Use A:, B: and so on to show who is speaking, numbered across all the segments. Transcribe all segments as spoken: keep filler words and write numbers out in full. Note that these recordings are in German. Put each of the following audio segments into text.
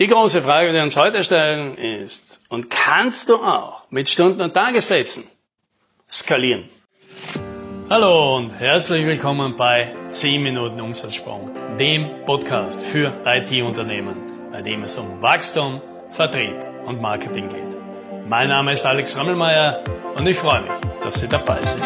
A: Die große Frage, die wir uns heute stellen, ist, und kannst du auch mit Stunden- und Tagessätzen skalieren? Hallo und herzlich willkommen bei zehn Minuten Umsatzsprung, dem Podcast für I T-Unternehmen, bei dem es um Wachstum, Vertrieb und Marketing geht. Mein Name ist Alex Rammelmeier und ich freue mich, dass Sie dabei sind.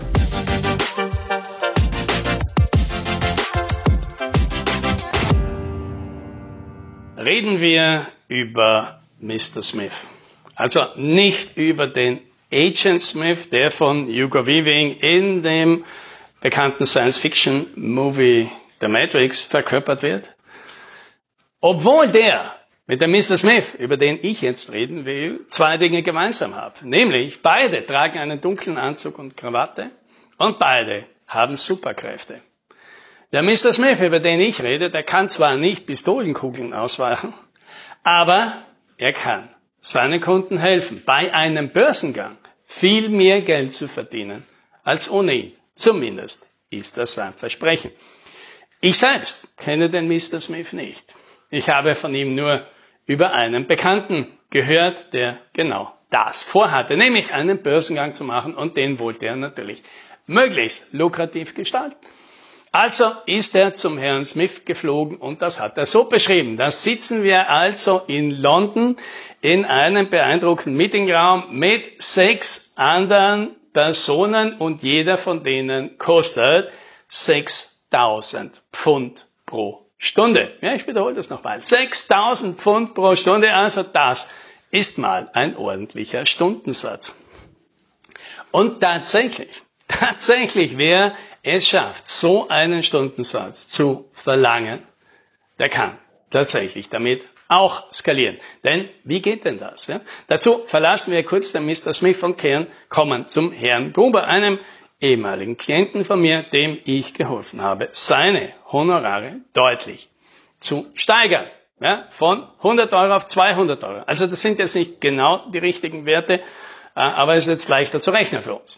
A: Reden wir über Mister Smith. Also nicht über den Agent Smith, der von Hugo Weaving in dem bekannten Science-Fiction-Movie The Matrix verkörpert wird. Obwohl der mit dem Mister Smith, über den ich jetzt reden will, zwei Dinge gemeinsam hat. Nämlich, beide tragen einen dunklen Anzug und Krawatte und beide haben Superkräfte. Der Mister Smith, über den ich rede, der kann zwar nicht Pistolenkugeln ausweichen, aber er kann seinen Kunden helfen, bei einem Börsengang viel mehr Geld zu verdienen als ohne ihn. Zumindest ist das sein Versprechen. Ich selbst kenne den Mister Smith nicht. Ich habe von ihm nur über einen Bekannten gehört, der genau das vorhatte, nämlich einen Börsengang zu machen, und den wollte er natürlich möglichst lukrativ gestalten. Also ist er zum Herrn Smith geflogen und das hat er so beschrieben. Da sitzen wir also in London in einem beeindruckenden Meetingraum mit sechs anderen Personen und jeder von denen kostet sechstausend Pfund pro Stunde. Ja, ich wiederhole das nochmal. sechstausend Pfund pro Stunde, also das ist mal ein ordentlicher Stundensatz. Und tatsächlich, tatsächlich, wer es schafft, so einen Stundensatz zu verlangen, der kann tatsächlich damit auch skalieren. Denn wie geht denn das? Ja? Dazu verlassen wir kurz den Mister Smith und kehren, kommen zum Herrn Gruber, einem ehemaligen Klienten von mir, dem ich geholfen habe, seine Honorare deutlich zu steigern. Ja? Von hundert Euro auf zweihundert Euro. Also das sind jetzt nicht genau die richtigen Werte, aber es ist jetzt leichter zu rechnen für uns.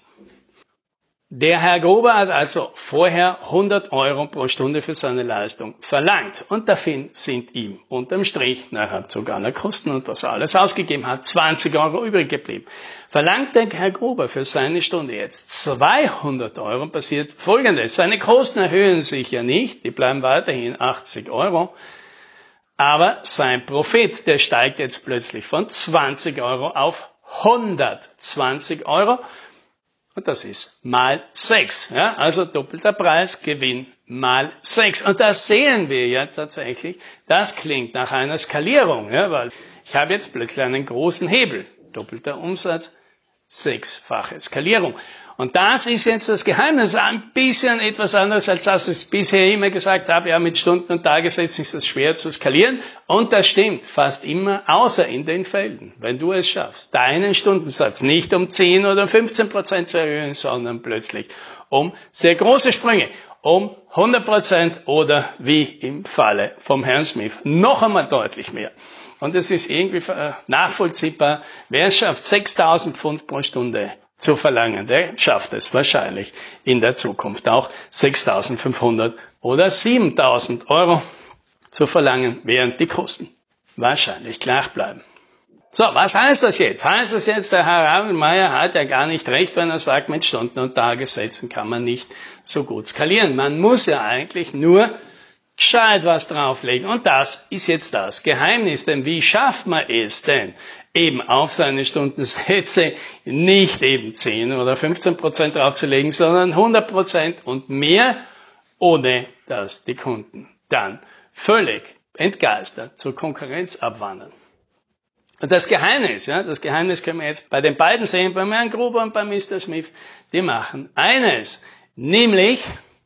A: Der Herr Gruber hat also vorher hundert Euro pro Stunde für seine Leistung verlangt. Und dafür sind ihm unterm Strich, na, er hat sogar noch Kosten und was er alles ausgegeben hat, zwanzig Euro übrig geblieben. Verlangt der Herr Gruber für seine Stunde jetzt zweihundert Euro, passiert Folgendes. Seine Kosten erhöhen sich ja nicht, die bleiben weiterhin achtzig Euro. Aber sein Profit, der steigt jetzt plötzlich von zwanzig Euro auf hundertzwanzig Euro. Und das ist mal sechs. Ja? Also doppelter Preis, Gewinn mal sechs. Und das sehen wir ja tatsächlich. Das klingt nach einer Skalierung, ja? Weil ich habe jetzt plötzlich einen großen Hebel. Doppelter Umsatz, sechsfache Skalierung. Und das ist jetzt das Geheimnis. Ein bisschen etwas anderes, als das ich bisher immer gesagt habe. Ja, mit Stunden- und Tagessätzen ist es schwer zu skalieren. Und das stimmt fast immer, außer in den Fällen, wenn du es schaffst, deinen Stundensatz nicht um zehn oder fünfzehn Prozent zu erhöhen, sondern plötzlich um sehr große Sprünge, um hundert Prozent oder wie im Falle vom Herrn Smith noch einmal deutlich mehr. Und es ist irgendwie nachvollziehbar, wer es schafft, sechstausend Pfund pro Stunde zu verlangen, der schafft es wahrscheinlich in der Zukunft auch sechstausendfünfhundert oder siebentausend Euro zu verlangen, während die Kosten wahrscheinlich gleich bleiben. So, was heißt das jetzt? Heißt das jetzt, der Herr Rammelmeier hat ja gar nicht recht, wenn er sagt, mit Stunden- und Tagessätzen kann man nicht so gut skalieren. Man muss ja eigentlich nur gescheit was drauflegen. Und das ist jetzt das Geheimnis. Denn wie schafft man es denn, eben auf seine Stundensätze nicht eben zehn oder fünfzehn Prozent draufzulegen, sondern hundert Prozent und mehr, ohne dass die Kunden dann völlig entgeistert zur Konkurrenz abwandern. Und das Geheimnis, ja, das Geheimnis können wir jetzt bei den beiden sehen, bei Herrn Gruber und bei Mister Smith, die machen eines, nämlich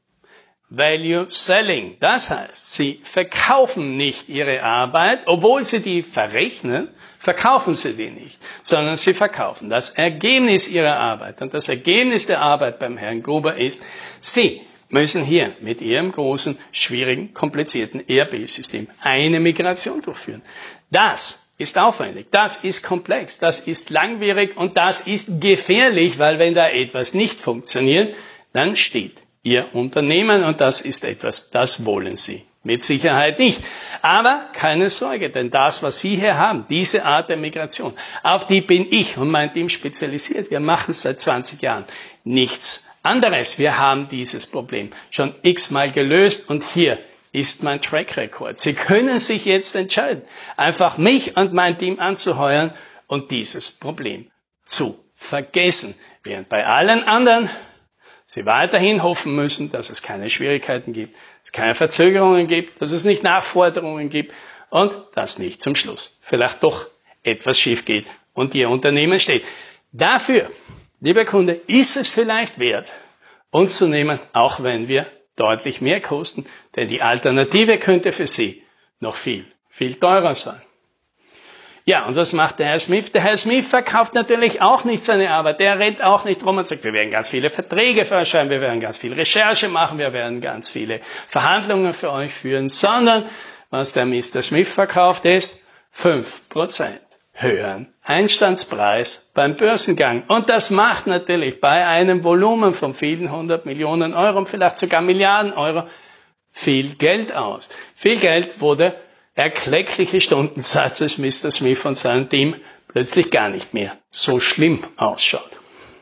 A: Value Selling. Das heißt, sie verkaufen nicht ihre Arbeit, obwohl sie die verrechnen, verkaufen sie die nicht, sondern sie verkaufen das Ergebnis ihrer Arbeit. Und das Ergebnis der Arbeit beim Herrn Gruber ist, sie müssen hier mit ihrem großen, schwierigen, komplizierten E R P-System eine Migration durchführen. Das ist aufwendig, das ist komplex, das ist langwierig und das ist gefährlich, weil wenn da etwas nicht funktioniert, dann steht Ihr Unternehmen und das ist etwas, das wollen Sie mit Sicherheit nicht. Aber keine Sorge, denn das, was Sie hier haben, diese Art der Migration, auf die bin ich und mein Team spezialisiert. Wir machen seit zwanzig Jahren nichts anderes. Wir haben dieses Problem schon x-mal gelöst und hier ist mein Track Record. Sie können sich jetzt entscheiden, einfach mich und mein Team anzuheuern und dieses Problem zu vergessen. Während bei allen anderen Sie weiterhin hoffen müssen, dass es keine Schwierigkeiten gibt, dass es keine Verzögerungen gibt, dass es nicht Nachforderungen gibt und dass nicht zum Schluss vielleicht doch etwas schief geht und Ihr Unternehmen steht. Dafür, lieber Kunde, ist es vielleicht wert, uns zu nehmen, auch wenn wir deutlich mehr kosten, denn die Alternative könnte für Sie noch viel, viel teurer sein. Ja, und was macht der Herr Smith? Der Herr Smith verkauft natürlich auch nicht seine Arbeit. Der rennt auch nicht rum und sagt, wir werden ganz viele Verträge verschreiben, wir werden ganz viel Recherche machen, wir werden ganz viele Verhandlungen für euch führen, sondern was der Mister Smith verkauft ist, fünf Prozent höheren Einstandspreis beim Börsengang. Und das macht natürlich bei einem Volumen von vielen hundert Millionen Euro und vielleicht sogar Milliarden Euro viel Geld aus. Viel Geld, wo der erkleckliche Stundensatz des Mister Smith und seinem Team plötzlich gar nicht mehr so schlimm ausschaut.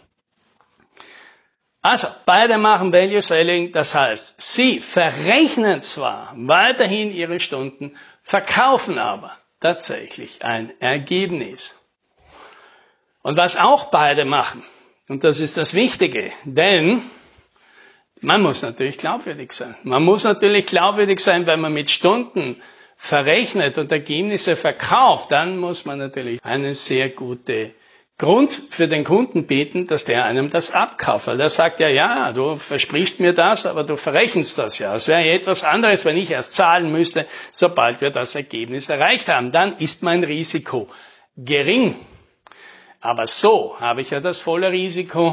A: Also, beide machen Value Selling, das heißt, sie verrechnen zwar weiterhin ihre Stunden, verkaufen aber tatsächlich ein Ergebnis. Und was auch beide machen, und das ist das Wichtige, denn man muss natürlich glaubwürdig sein. Man muss natürlich glaubwürdig sein, wenn man mit Stunden verrechnet und Ergebnisse verkauft, dann muss man natürlich einen sehr guten Grund für den Kunden bieten, dass der einem das abkauft. Weil der sagt ja, ja, du versprichst mir das, aber du verrechnest das ja. Es wäre ja etwas anderes, wenn ich erst zahlen müsste, sobald wir das Ergebnis erreicht haben. Dann ist mein Risiko gering. Aber so habe ich ja das volle Risiko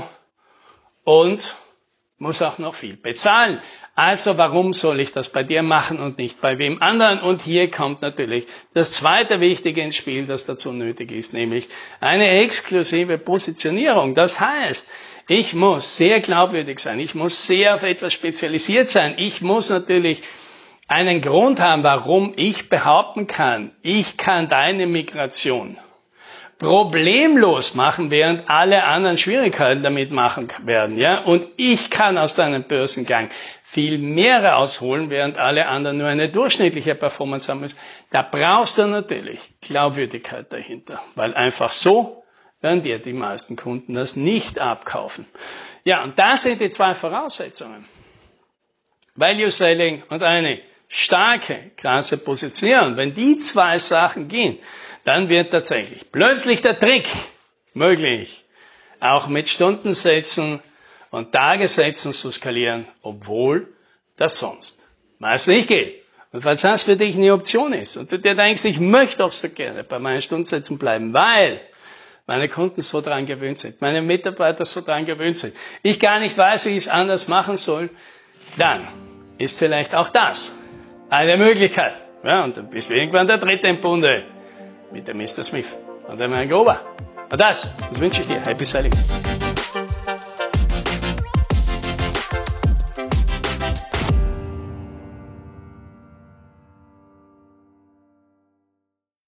A: und muss auch noch viel bezahlen. Also warum soll ich das bei dir machen und nicht bei wem anderen? Und hier kommt natürlich das zweite Wichtige ins Spiel, das dazu nötig ist, nämlich eine exklusive Positionierung. Das heißt, ich muss sehr glaubwürdig sein, ich muss sehr auf etwas spezialisiert sein, ich muss natürlich einen Grund haben, warum ich behaupten kann, ich kann deine Migration problemlos machen, während alle anderen Schwierigkeiten damit machen werden, ja. Und ich kann aus deinem Börsengang viel mehr rausholen, während alle anderen nur eine durchschnittliche Performance haben müssen. Da brauchst du natürlich Glaubwürdigkeit dahinter, weil einfach so werden dir die meisten Kunden das nicht abkaufen. Ja, und das sind die zwei Voraussetzungen. Value Selling und eine starke, krasse Positionierung. Wenn die zwei Sachen gehen, dann wird tatsächlich plötzlich der Trick möglich, auch mit Stundensätzen und Tagessätzen zu skalieren, obwohl das sonst meist nicht geht. Und falls das für dich eine Option ist und du dir denkst, ich möchte doch so gerne bei meinen Stundensätzen bleiben, weil meine Kunden so dran gewöhnt sind, meine Mitarbeiter so dran gewöhnt sind, ich gar nicht weiß, wie ich es anders machen soll, dann ist vielleicht auch das eine Möglichkeit. Ja, und dann bist du irgendwann der Dritte im Bunde mit dem Mister Smith und dem Herrn Gruber. Und das, das wünsche ich dir. Happy Selling.